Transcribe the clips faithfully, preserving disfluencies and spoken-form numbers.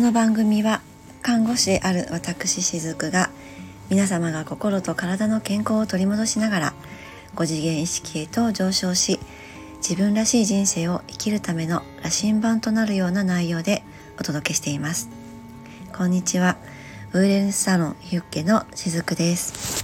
の番組は看護師である私しずくが皆様が心と体の健康を取り戻しながらご次元意識へと上昇し自分らしい人生を生きるための羅針盤となるような内容でお届けしています。こんにちは。ウーレンスサロンユッケのしずくです。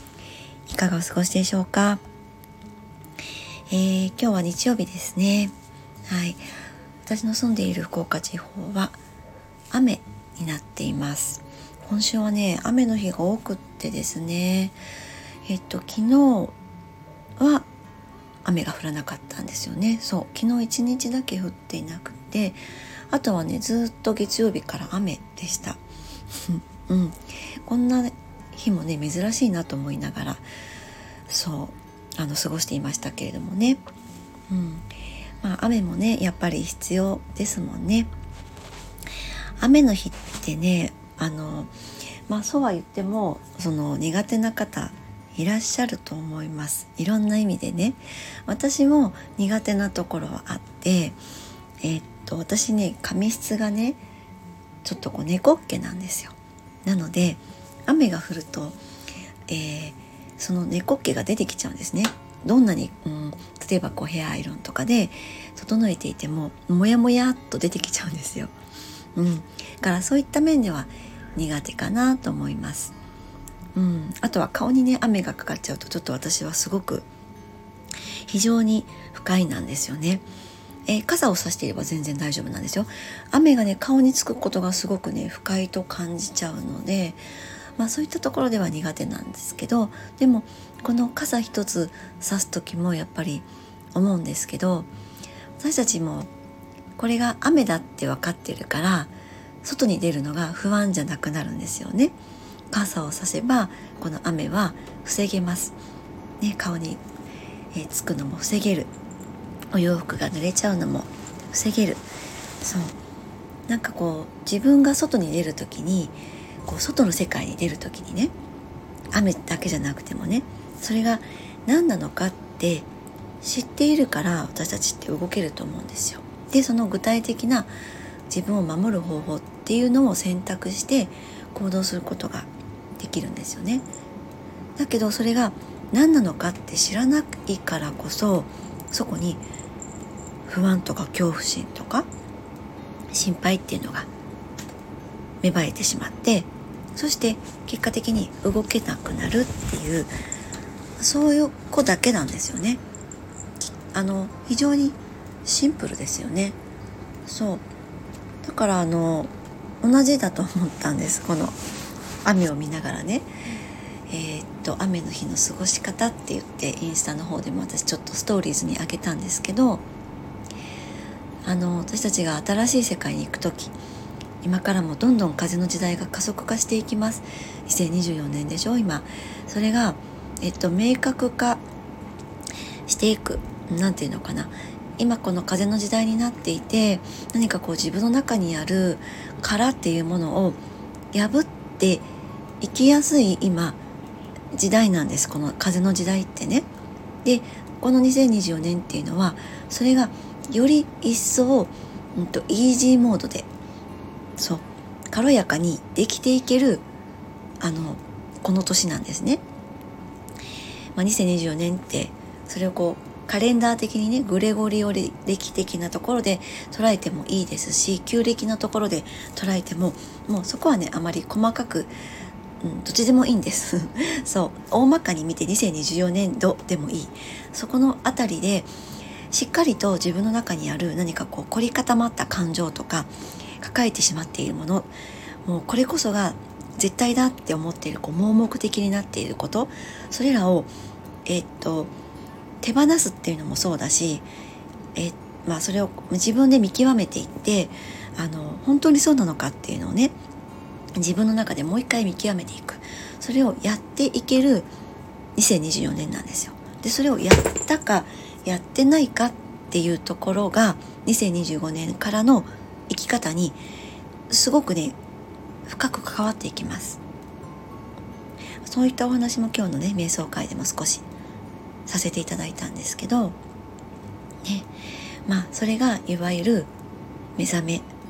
いかがお過ごしでしょうか。えー、今日は日曜日ですね。はい、私の住んでいる福岡地方は雨になっています。今週はね雨の日が多くってですねえっと昨日は雨が降らなかったんですよね。そう昨日一日だけ降っていなくて、あとはねずっと月曜日から雨でしたうん、こんな日もね珍しいなと思いながらそうあの過ごしていましたけれどもね、うんまあ、雨もねやっぱり必要ですもんね。雨の日ってねあのまあそうは言ってもその苦手な方いらっしゃると思います。いろんな意味でね。私も苦手なところはあってえー、っと私ね髪質がねちょっとこう猫っ毛なんですよ。なので雨が降ると、えー、その猫っ毛が出てきちゃうんですね。どんなに、うん、例えばこうヘアアイロンとかで整えていてももやもやっと出てきちゃうんですよ。うん、だからそういった面では苦手かなと思います。うん、あとは顔にね雨がかかっちゃうとちょっと私はすごく非常に不快なんですよね。えー、傘を差していれば全然大丈夫なんですよ。雨がね顔につくことがすごくね不快と感じちゃうので、まあそういったところでは苦手なんですけど、でもこの傘一つ差す時もやっぱり思うんですけど、私たちもこれが雨だって分かってるから外に出るのが不安じゃなくなるんですよね。傘を差せばこの雨は防げます、ね、顔に、えー、つくのも防げる、お洋服が濡れちゃうのも防げる。そうなんかこう自分が外に出るときにこう外の世界に出るときにね雨だけじゃなくてもねそれが何なのかって知っているから私たちって動けると思うんですよ。でその具体的な自分を守る方法っていうのを選択して行動することができるんですよね。だけどそれが何なのかって知らないからこそそこに不安とか恐怖心とか心配っていうのが芽生えてしまって、そして結果的に動けなくなるっていうそういう子だけなんですよね。あの非常にシンプルですよね。そうだからあの同じだと思ったんです。この雨を見ながらねえー、っと雨の日の過ごし方って言ってインスタの方でも私ちょっとストーリーズに上げたんですけど、あの私たちが新しい世界に行くとき今からもどんどん風の時代が加速化していきます。にせんにじゅうよねんでしょ今。それが、えっと、明確化していくなんていうのかな、今この風の時代になっていて何かこう自分の中にある殻っていうものを破って生きやすい今時代なんです。この風の時代ってね。でこのにせんにじゅうよねんっていうのはそれがより一層、うん、とイージーモードでそう軽やかにできていけるあのこの年なんですね。まあ、にせんにじゅうよねんってそれをこうカレンダー的にねグレゴリオ暦的なところで捉えてもいいですし旧暦のところで捉えてももうそこはねあまり細かくうん、どっちでもいいんですそう大まかに見てにせんにじゅうよねんどでもいい。そこのあたりでしっかりと自分の中にある何かこう凝り固まった感情とか抱えてしまっているもの、もうこれこそが絶対だって思っているこう盲目的になっていること、それらをえー、っと手放すっていうのもそうだし、えまあそれを自分で見極めていってあの本当にそうなのかっていうのをね自分の中でもう一回見極めていく、それをやっていけるにせんにじゅうよねんなんですよ。でそれをやったかやってないかっていうところがにせんにじゅうごねんからの生き方にすごくね深く関わっていきます。そういったお話も今日のね瞑想会でも少しさせていただいたんですけどね、まあそれがいわゆる目覚め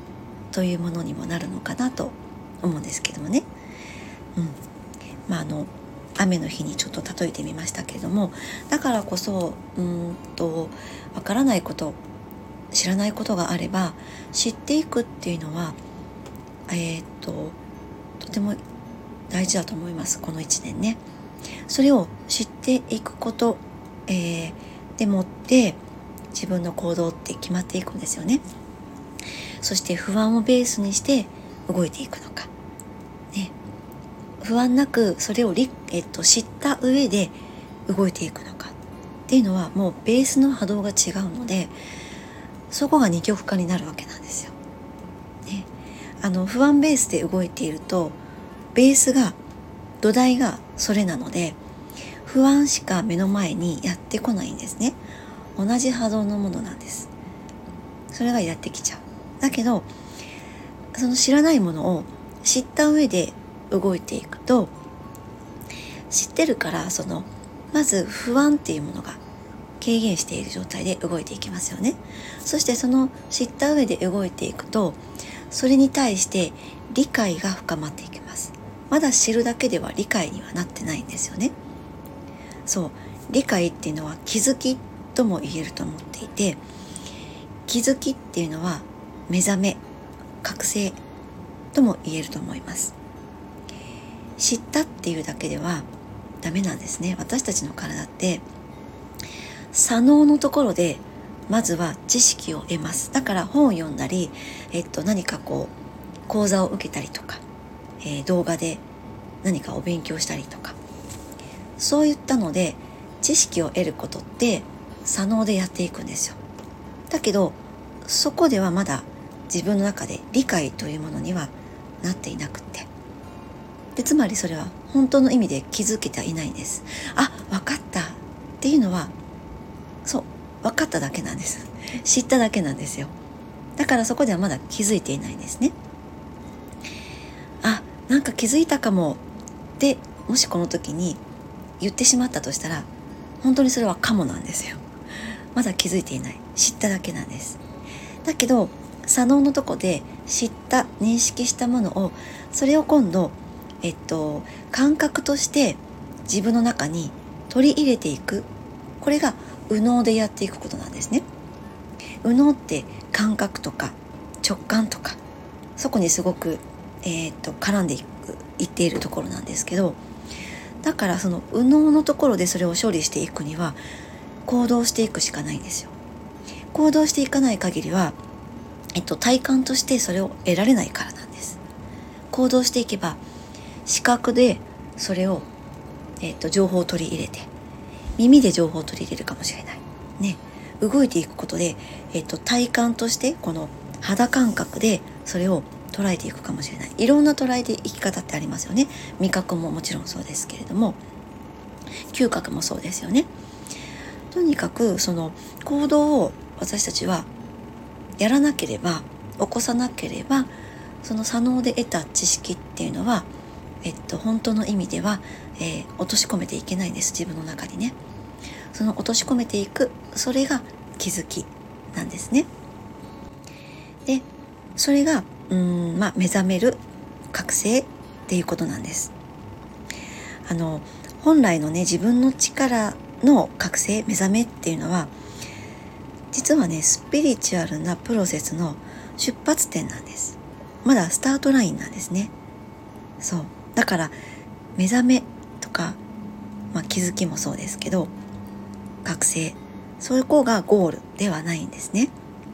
というものにもなるのかなと思うんですけどもね、うん、まああの雨の日にちょっと例えてみましたけれども、だからこそうーんとわからないこと、知らないことがあれば知っていくっていうのはえー、っととても大事だと思います。このいちねんね、それを知っていくこと、えー、でもって自分の行動って決まっていくんですよね。そして不安をベースにして動いていくのか、ね、不安なくそれをリ、えっと、知った上で動いていくのかっていうのはもうベースの波動が違うので、そこが二極化になるわけなんですよ、ね、あの不安ベースで動いているとベースが土台がそれなので不安しか目の前にやってこないんですね。同じ波動のものなんです。それがやってきちゃう。だけどその知らないものを知った上で動いていくと、知ってるからそのまず不安っていうものが軽減している状態で動いていきますよね。そしてその知った上で動いていくと、それに対して理解が深まっていきます。まだ知るだけでは理解にはなってないんですよね。そう、理解っていうのは気づきとも言えると思っていて、気づきっていうのは目覚め、覚醒とも言えると思います。知ったっていうだけではダメなんですね。私たちの体って左脳のところでまずは知識を得ます。だから本を読んだり、えっと、何かこう講座を受けたりとか、えー、動画で何かを勉強したりとか、そういったので知識を得ることって左脳でやっていくんですよ。だけどそこではまだ自分の中で理解というものにはなっていなくって、でつまりそれは本当の意味で気づけてはいないんです。あ、分かったっていうのはそう分かっただけなんです。知っただけなんですよ。だからそこではまだ気づいていないんですね。あ、なんか気づいたかもってもしこの時に言ってしまったとしたら、本当にそれはかもなんですよ。まだ気づいていない、知っただけなんです。だけど左脳のとこで知った認識したものを、それを今度えっと感覚として自分の中に取り入れていく、これが右脳でやっていくことなんですね。右脳って感覚とか直感とか、そこにすごく、えー、っと絡んでいくいっているところなんですけど、だからその右脳のところでそれを処理していくには行動していくしかないんですよ。行動していかない限りは、えっと、体感としてそれを得られないからなんです。行動していけば視覚でそれを、えっと、情報を取り入れて、耳で情報を取り入れるかもしれないね。動いていくことで、えっと、体感としてこの肌感覚でそれを捉えていくかもしれない。いろんな捉えていき方ってありますよね。味覚ももちろんそうですけれども、嗅覚もそうですよね。とにかくその行動を私たちはやらなければ、起こさなければ、その左脳で得た知識っていうのは、えっと、本当の意味では、えー、落とし込めていけないんです。自分の中にね。その落とし込めていく、それが気づきなんですね。で、それがうーん、まあ、目覚める覚醒っていうことなんです。あの本来のね、自分の力の覚醒、目覚めっていうのは実はね、スピリチュアルなプロセスの出発点なんです。まだスタートラインなんですね。そうだから目覚めとか、まあ、気づきもそうですけど、覚醒、そういう子がゴールではないんですね。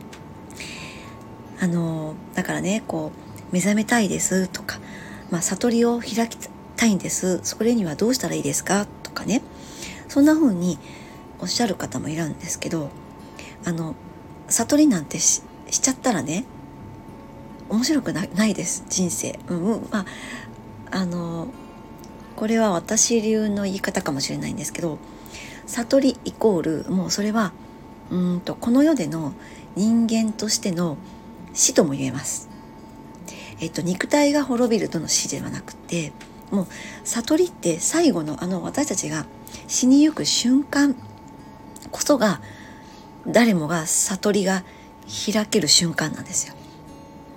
あのだからね、こう目覚めたいですとか、まあ、悟りを開きたいんです、それにはどうしたらいいですかとかね、そんな風におっしゃる方もいるんですけど、あの悟りなんて し, しちゃったらね、面白く な, ないです人生、うんうん、まああのこれは私流の言い方かもしれないんですけど、悟りイコールもうそれはうーんとこの世での人間としての死とも言えます。えっと肉体が滅びるとの死ではなくて、もう悟りって最後のあの私たちが死にゆく瞬間こそが、誰もが悟りが開ける瞬間なんですよ。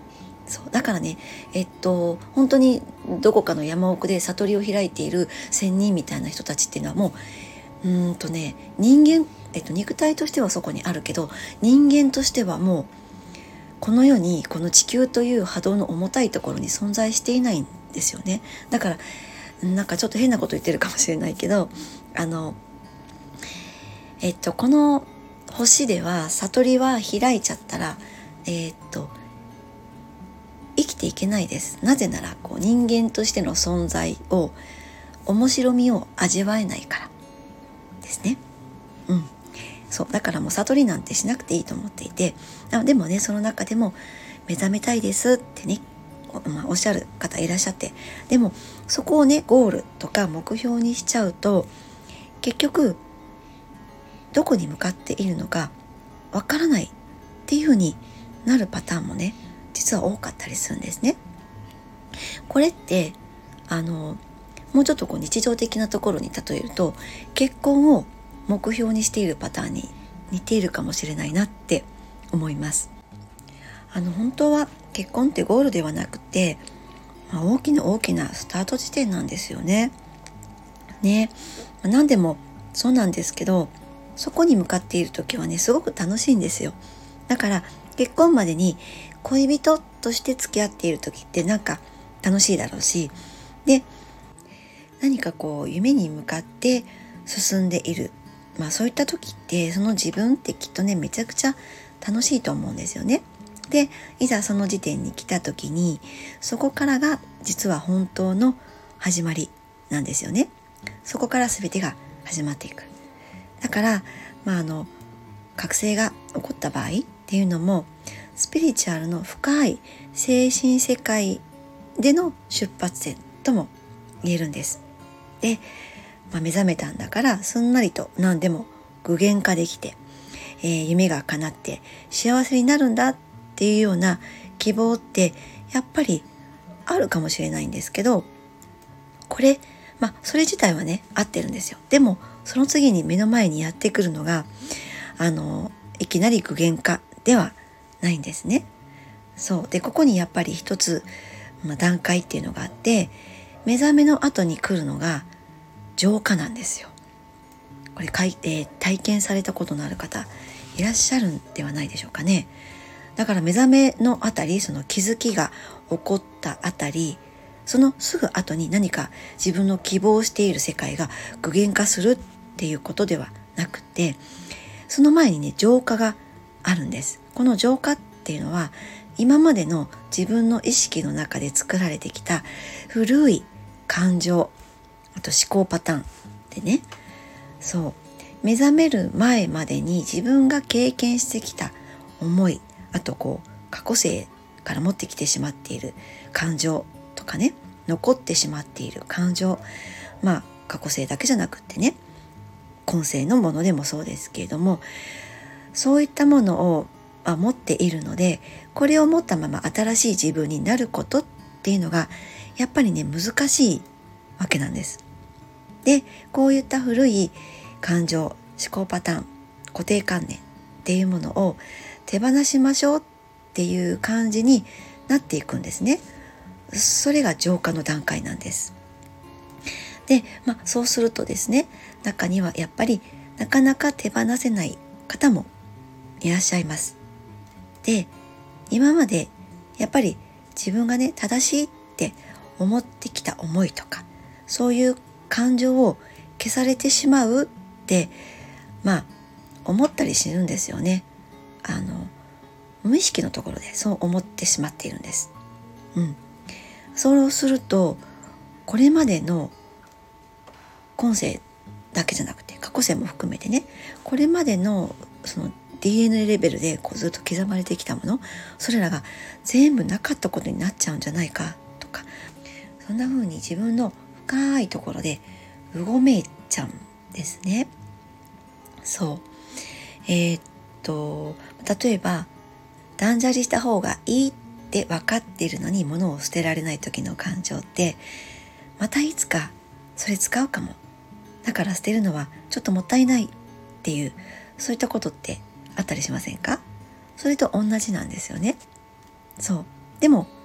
そうだからねえっと本当にどこかの山奥で悟りを開いている仙人みたいな人たちっていうのはもううーんとね人間、えっと、肉体としてはそこにあるけど人間としてはもうこの世にこの地球という波動の重たいところに存在していないんですよね。だからなんかちょっと変なこと言ってるかもしれないけどあのえっとこの星では悟りは開いちゃったらえっと生きていけないです。なぜならこう人間としての存在を面白みを味わえないからですね。うん、そうだからもう悟りなんてしなくていいと思っていて、あでもねその中でも目覚めたいですってねお,、まあ、おっしゃる方いらっしゃって、でもそこをねゴールとか目標にしちゃうと結局どこに向かっているのかわからないっていう風になるパターンもね実は多かったりするんですね。これってあのもうちょっとこう日常的なところに例えると結婚を目標にしているパターンに似ているかもしれないなって思います。あの本当は結婚ってゴールではなくて、まあ、大きな大きなスタート地点なんですよね。ね、まあ、何でもそうなんですけどそこに向かっている時はねすごく楽しいんですよ。だから結婚までに恋人として付き合っている時ってなんか楽しいだろうし、で何かこう夢に向かって進んでいる、まあそういった時ってその自分ってきっとねめちゃくちゃ楽しいと思うんですよね。でいざその時点に来た時にそこからが実は本当の始まりなんですよね。そこから全てが始まっていく。だからまああの覚醒が起こった場合っていうのもスピリチュアルの深い精神世界での出発点とも言えるんです。で、まあ、目覚めたんだからすんなりと何でも具現化できて、えー、夢が叶って幸せになるんだっていうような希望ってやっぱりあるかもしれないんですけど、これまあそれ自体はね合ってるんですよ。でもその次に目の前にやってくるのがあのいきなり具現化ではないんですね。そうでここにやっぱり一つ、まあ、段階っていうのがあって、目覚めの後に来るのが浄化なんですよ。これかい、えー、体験されたことのある方いらっしゃるんではないでしょうかね。だから目覚めのあたり、その気づきが起こったあたり、そのすぐ後に何か自分の希望している世界が具現化するっていうことではなくて、その前にね浄化があるんです。この浄化っていうのは今までの自分の意識の中で作られてきた古い感情、あと思考パターンでね、そう目覚める前までに自分が経験してきた思い、あとこう過去世から持ってきてしまっている感情とかね、残ってしまっている感情、まあ過去世だけじゃなくってね今世のものでもそうですけれども、そういったものを持っているので、これを持ったまま新しい自分になることっていうのがやっぱりね難しいわけなんです。でこういった古い感情、思考パターン、固定観念っていうものを手放しましょうっていう感じになっていくんですね。それが浄化の段階なんです。で、まあ、そうするとですね、中にはやっぱりなかなか手放せない方もいらっしゃいます。で、今までやっぱり自分がね正しいって思ってきた思いとか、そういう感情を消されてしまうってまあ思ったりするんですよね。あの無意識のところでそう思ってしまっているんです。うん。そうするとこれまでの今世だけじゃなくて過去世も含めてね、これまでのその ディーエヌエー レベルでこうずっと刻まれてきたもの、それらが全部なかったことになっちゃうんじゃないかとか、そんな風に自分の深いところでうごめいちゃうんですね。そうえー、っと例えば断捨離した方がいいって分かっているのに物を捨てられない時の感情って、またいつかそれ使うかも、だから捨てるのはちょっともったいないっていう、そういったことってあったりしませんか？それと同じなんですよね。そうでも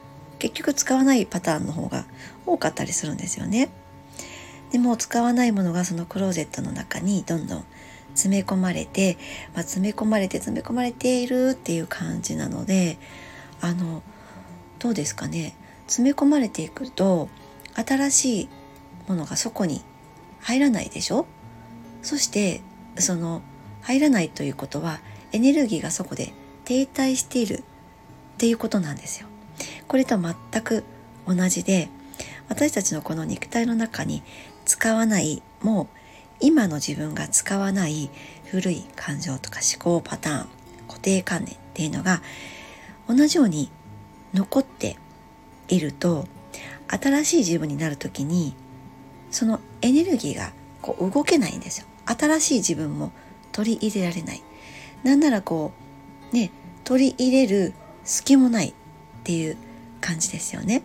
結局使わないパターンの方が多かったりするんですよね。でも使わないものがそのクローゼットの中にどんどん詰め込まれて、まあ、詰め込まれて詰め込まれているっていう感じなので、あのどうですかね、詰め込まれていくと新しいものがそこに入らないでしょ。そしてその入らないということはエネルギーがそこで停滞しているっていうことなんですよ。これと全く同じで、私たちのこの肉体の中に使わない、もう今の自分が使わない古い感情とか思考パターン、固定観念っていうのが同じように残っていると、新しい自分になるときにそのエネルギーがこう動けないんですよ。新しい自分も取り入れられない。なんならこうね、取り入れる隙もないっていう感じですよね。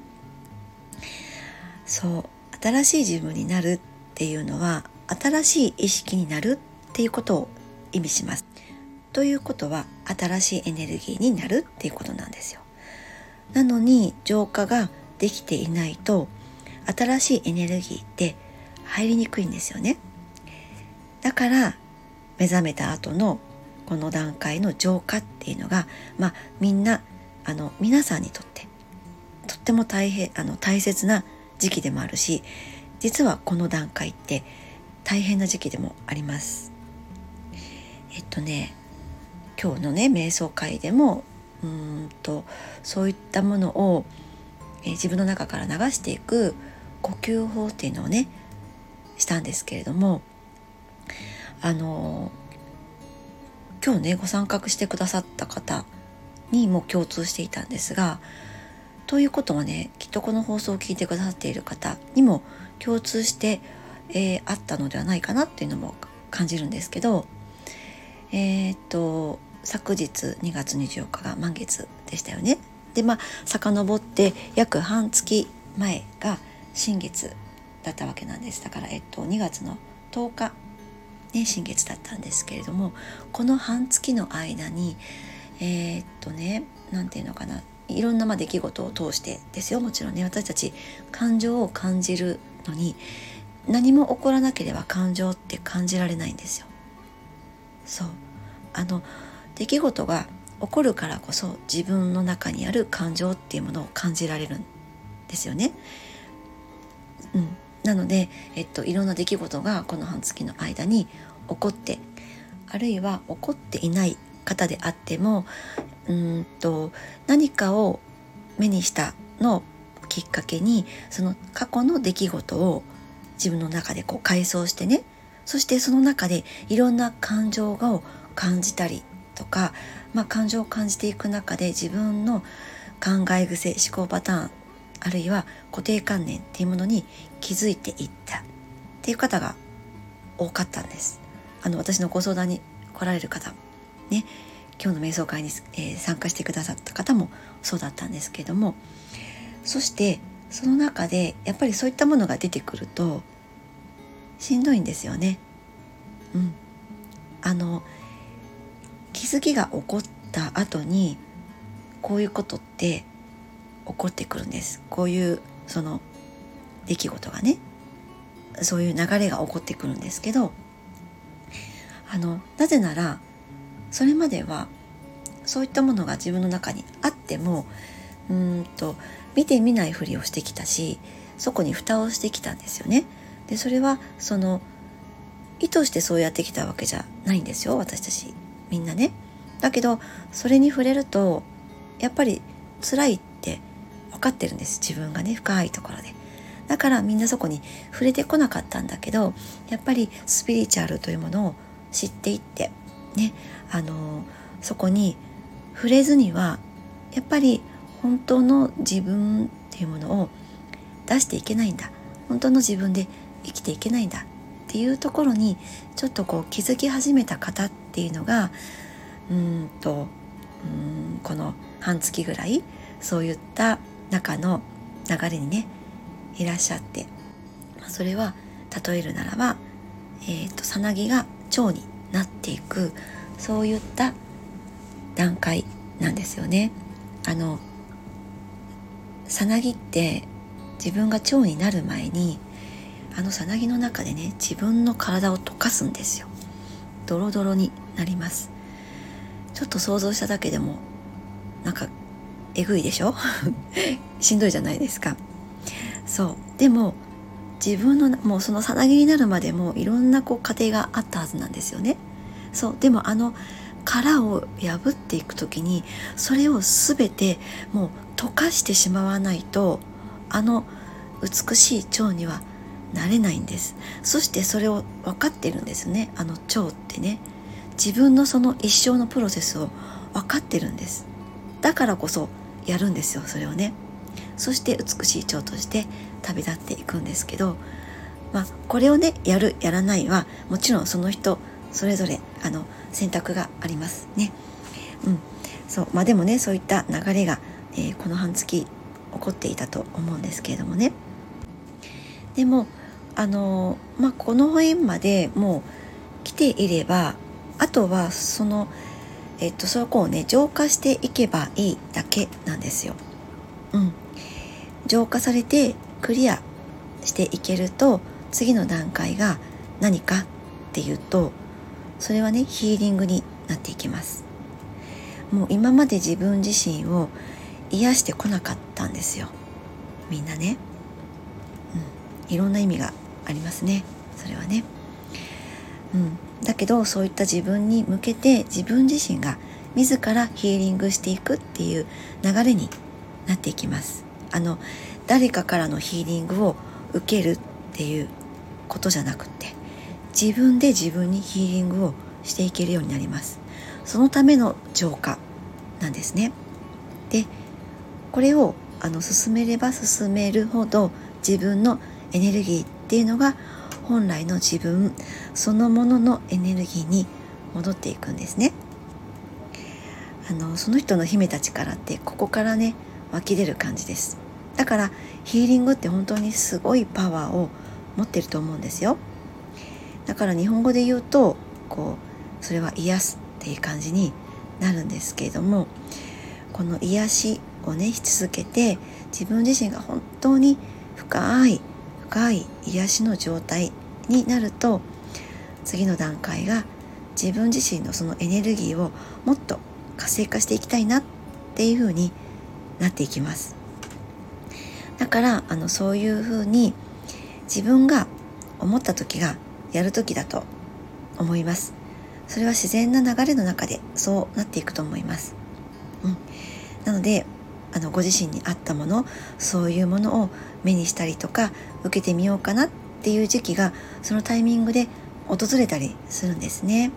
そう、新しい自分になるっていうのは新しい意識になるっていうことを意味します。ということは新しいエネルギーになるっていうことなんですよ。なのに浄化ができていないと新しいエネルギーって入りにくいんですよね。だから目覚めた後のこの段階の浄化っていうのが、まあみんなあの皆さんにとってとっても大変あの大切な時期でもあるし、実はこの段階って大変な時期でもあります。えっとね今日のね瞑想会でもうーんとそういったものを、えー自分の中から流していく呼吸法っていうのをねしたんですけれども、あの今日ねご参画してくださった方にも共通していたんですが、ということはね、きっとこの放送を聞いてくださっている方にも共通して、えーあったのではないかなっていうのも感じるんですけど、えー、っと昨日にがつにじゅうよっかが満月でしたよね。でまあ遡って約半月前が新月だったわけなんです。だから、えっと、にがつのとおか、ね、新月だったんですけれども、この半月の間にえー、っとねなんていうのかな、いろんなまあ出来事を通してですよ。もちろんね、私たち感情を感じるのに何も起こらなければ感情って感じられないんですよ。そう、あの出来事が起こるからこそ自分の中にある感情っていうものを感じられるんですよね。うん、なので、えっと、いろんな出来事がこの半月の間に起こって、あるいは起こっていない方であっても、うーんと何かを目にしたのをきっかけにその過去の出来事を自分の中でこう回想してね、そしてその中でいろんな感情を感じたりとか、まあ、感情を感じていく中で自分の考え癖、思考パターン、あるいは固定観念っていうものに気づいていったっていう方が多かったんです。あの私のご相談に来られる方ね、今日の瞑想会に、えー、参加してくださった方もそうだったんですけれども、そしてその中でやっぱりそういったものが出てくるとしんどいんですよね。うん、あの気づきが起こった後にこういうことって起こってくるんです。こういうその出来事がね、そういう流れが起こってくるんですけど、あのなぜならそれまではそういったものが自分の中にあってもうーんと見て見ないふりをしてきたし、そこに蓋をしてきたんですよね。でそれはその意図してそうやってきたわけじゃないんですよ、私たちみんなね。だけどそれに触れるとやっぱり辛いって分かってるんです、自分がね、深いところで。だからみんなそこに触れてこなかったんだけど、やっぱりスピリチュアルというものを知っていってね、あのそこに触れずにはやっぱり本当の自分っていうものを出していけないんだ、本当の自分で生きていけないんだっていうところにちょっとこう気づき始めた方っていうのがうーんとうーんこの半月ぐらいそういった中の流れにねいらっしゃって、それは例えるならば、えーと、さなぎが蝶になっていく、そういった段階なんですよね。あのさなぎって自分が腸になる前にあのさなぎの中でね、自分の体を溶かすんですよ。ドロドロになります。ちょっと想像しただけでもなんかえぐいでしょしんどいじゃないですか。そうでも自分のもうそのさなぎになるまでもいろんなこう過程があったはずなんですよね。そうでもあの殻を破っていくときにそれをすべてもう溶かしてしまわないとあの美しい腸にはなれないんです。そしてそれを分かってるんですね。あの腸ってね、自分のその一生のプロセスを分かってるんです。だからこそやるんですよ、それをね。そして美しい腸として旅立っていくんですけど、まあこれをねやるやらないはもちろんその人それぞれあの選択がありますね。うん、そうまあでもねそういった流れが、えー、この半月起こっていたと思うんですけれどもね。でもあのー、まあこの辺までもう来ていれば、あとはそのえっとそこをね浄化していけばいいだけなんですよ。うん、浄化されてクリアしていけると次の段階が何かっていうと、それはねヒーリングになっていきます。もう今まで自分自身を癒してこなかったんですよ、みんなね。うん、いろんな意味がありますね、それはね。うん、だけどそういった自分に向けて自分自身が自らヒーリングしていくっていう流れになっていきます。あの誰かからのヒーリングを受けるっていうことじゃなくて、自分で自分にヒーリングをしていけるようになります。そのための浄化なんですね。でこれをあの進めれば進めるほど自分のエネルギーっていうのが本来の自分そのもののエネルギーに戻っていくんですね。あのその人の秘めた力ってここからね湧き出る感じです。だからヒーリングって本当にすごいパワーを持ってると思うんですよ。だから日本語で言うとこうそれは癒すっていう感じになるんですけれども、この癒しをねし続けて自分自身が本当に深い深い癒しの状態になると、次の段階が自分自身のそのエネルギーをもっと活性化していきたいなっていう風になっていきます。だからあのそういう風に自分が思った時がやる時だと思います。それは自然な流れの中でそうなっていくと思います。うん、なのであのご自身に合ったもの、そういうものを目にしたりとか受けてみようかなっていう時期がそのタイミングで訪れたりするんですね。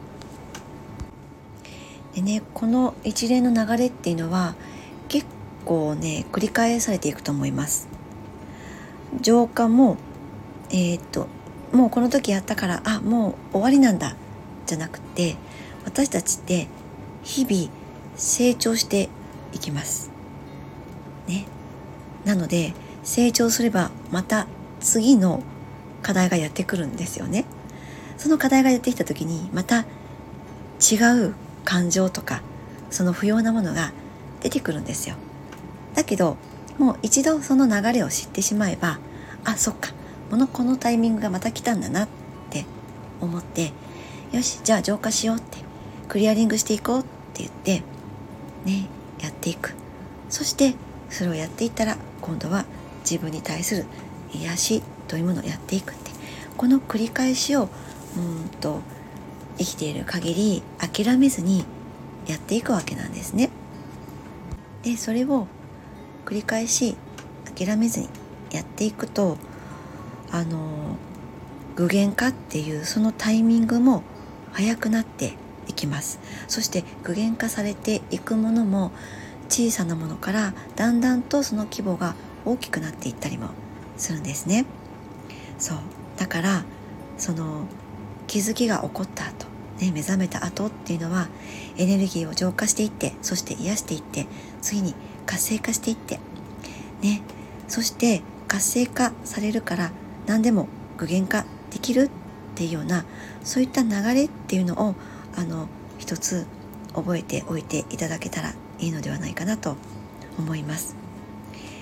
でね、この一連の流れっていうのは結構ね繰り返されていくと思います。浄化もえー、っともうこの時やったからあもう終わりなんだじゃなくて、私たちって日々成長していきますね。なので成長すればまた次の課題がやってくるんですよね。その課題がやってきた時にまた違う感情とかその不要なものが出てくるんですよ。だけどもう一度その流れを知ってしまえば、あそっかこのこのタイミングがまた来たんだなって思って、よしじゃあ浄化しようってクリアリングしていこうって言ってねやっていく。そしてそれをやっていったら今度は自分に対する癒しというものをやっていくって、この繰り返しをうんと生きている限り諦めずにやっていくわけなんですね。でそれを繰り返し諦めずにやっていくと、あの具現化っていうそのタイミングも早くなっていきます。そして具現化されていくものも小さなものからだんだんとその規模が大きくなっていったりもするんですね。そうだからその気づきが起こった後、ね、目覚めた後っていうのはエネルギーを浄化していって、そして癒していって、次に活性化していってね、そして活性化されるから何でも具現化できるっていうような、そういった流れっていうのをあの一つ覚えておいていただけたらいいのではないかなと思います。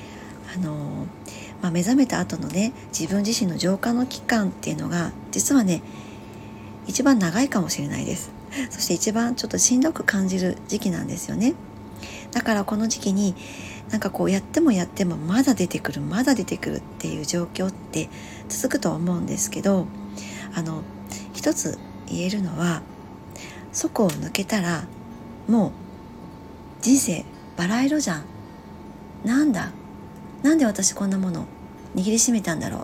あの、まあ、目覚めた後のね自分自身の浄化の期間っていうのが実はね一番長いかもしれないです。そして一番ちょっとしんどく感じる時期なんですよね。だからこの時期になんかこうやってもやってもまだ出てくるまだ出てくるっていう状況って続くと思うんですけど、あの一つ言えるのは、そこを抜けたらもう人生バラ色じゃん、なんだなんで私こんなもの握りしめたんだろうって、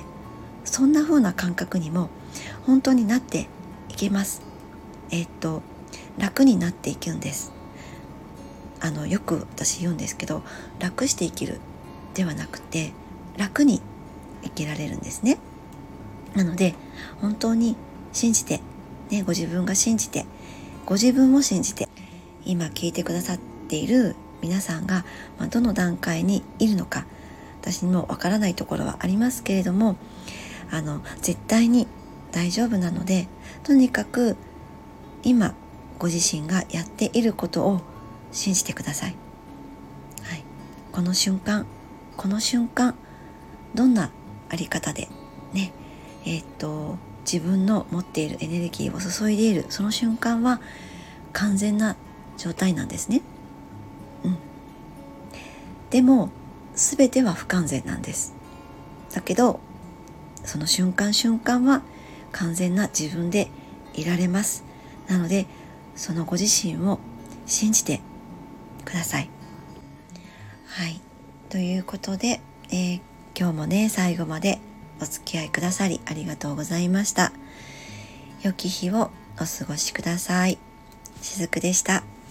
そんな風な感覚にも本当になっていけます。えっと楽になっていくんです。あのよく私言うんですけど、楽して生きるではなくて楽に生きられるんですね。なので本当に信じて、ね、ご自分が信じて、ご自分を信じて、今聞いてくださっている皆さんが、まあ、どの段階にいるのか私にもわからないところはありますけれども、あの絶対に大丈夫なので、とにかく今ご自身がやっていることを信じてください。はい、この瞬間この瞬間どんなあり方でねえー、っと自分の持っているエネルギーを注いでいるその瞬間は完全な状態なんですね。うん。でも全ては不完全なんです。だけどその瞬間瞬間は完全な自分でいられます。なのでそのご自身を信じてください。はい、ということで、えー、今日もね最後までお付き合いくださりありがとうございました。良き日をお過ごしください。しずくでした。